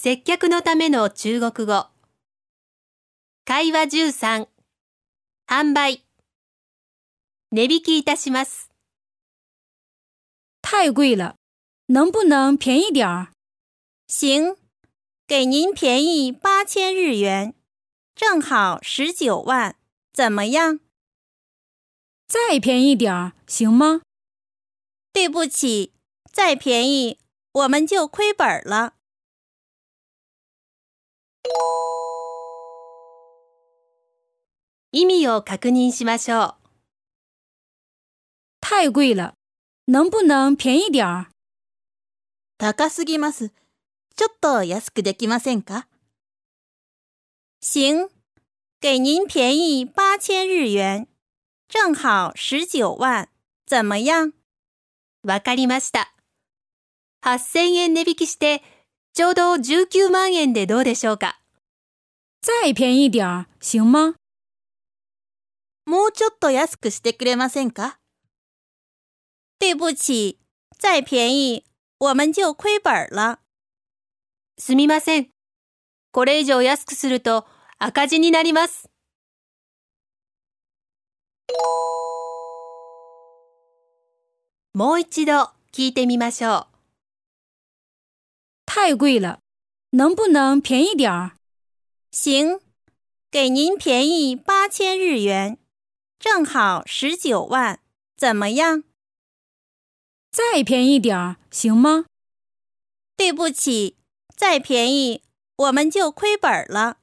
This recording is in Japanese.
接客のための中国語。会話13、販売。値引きいたします。 太贵了，能不能便宜点儿？ 行，给您便宜8000日元，正好19万，怎么样？ 再便宜点儿行吗？ 对不起，再便宜我们就亏本了。 意味を確認しましょう。 太贵了，能不能便宜点儿？ 高すぎます。ちょっと安くできませんか？行，给您便宜8000日元，正好19万，怎么样？ わかりました。8000円値引きして、ちょうど19万円でどうでしょうか？ 再便宜点儿行吗？ もうちょっと安くしてくれませんか？对不起，再便宜我们就亏本了。 すみません。これ以上安くすると赤字になります。もう一度聞いてみましょう。 太贵了，能不能便宜点儿？ 行，给您便宜8000日元，正好19万，怎么样？ 再便宜点儿行吗？ 对不起，再便宜我们就亏本了。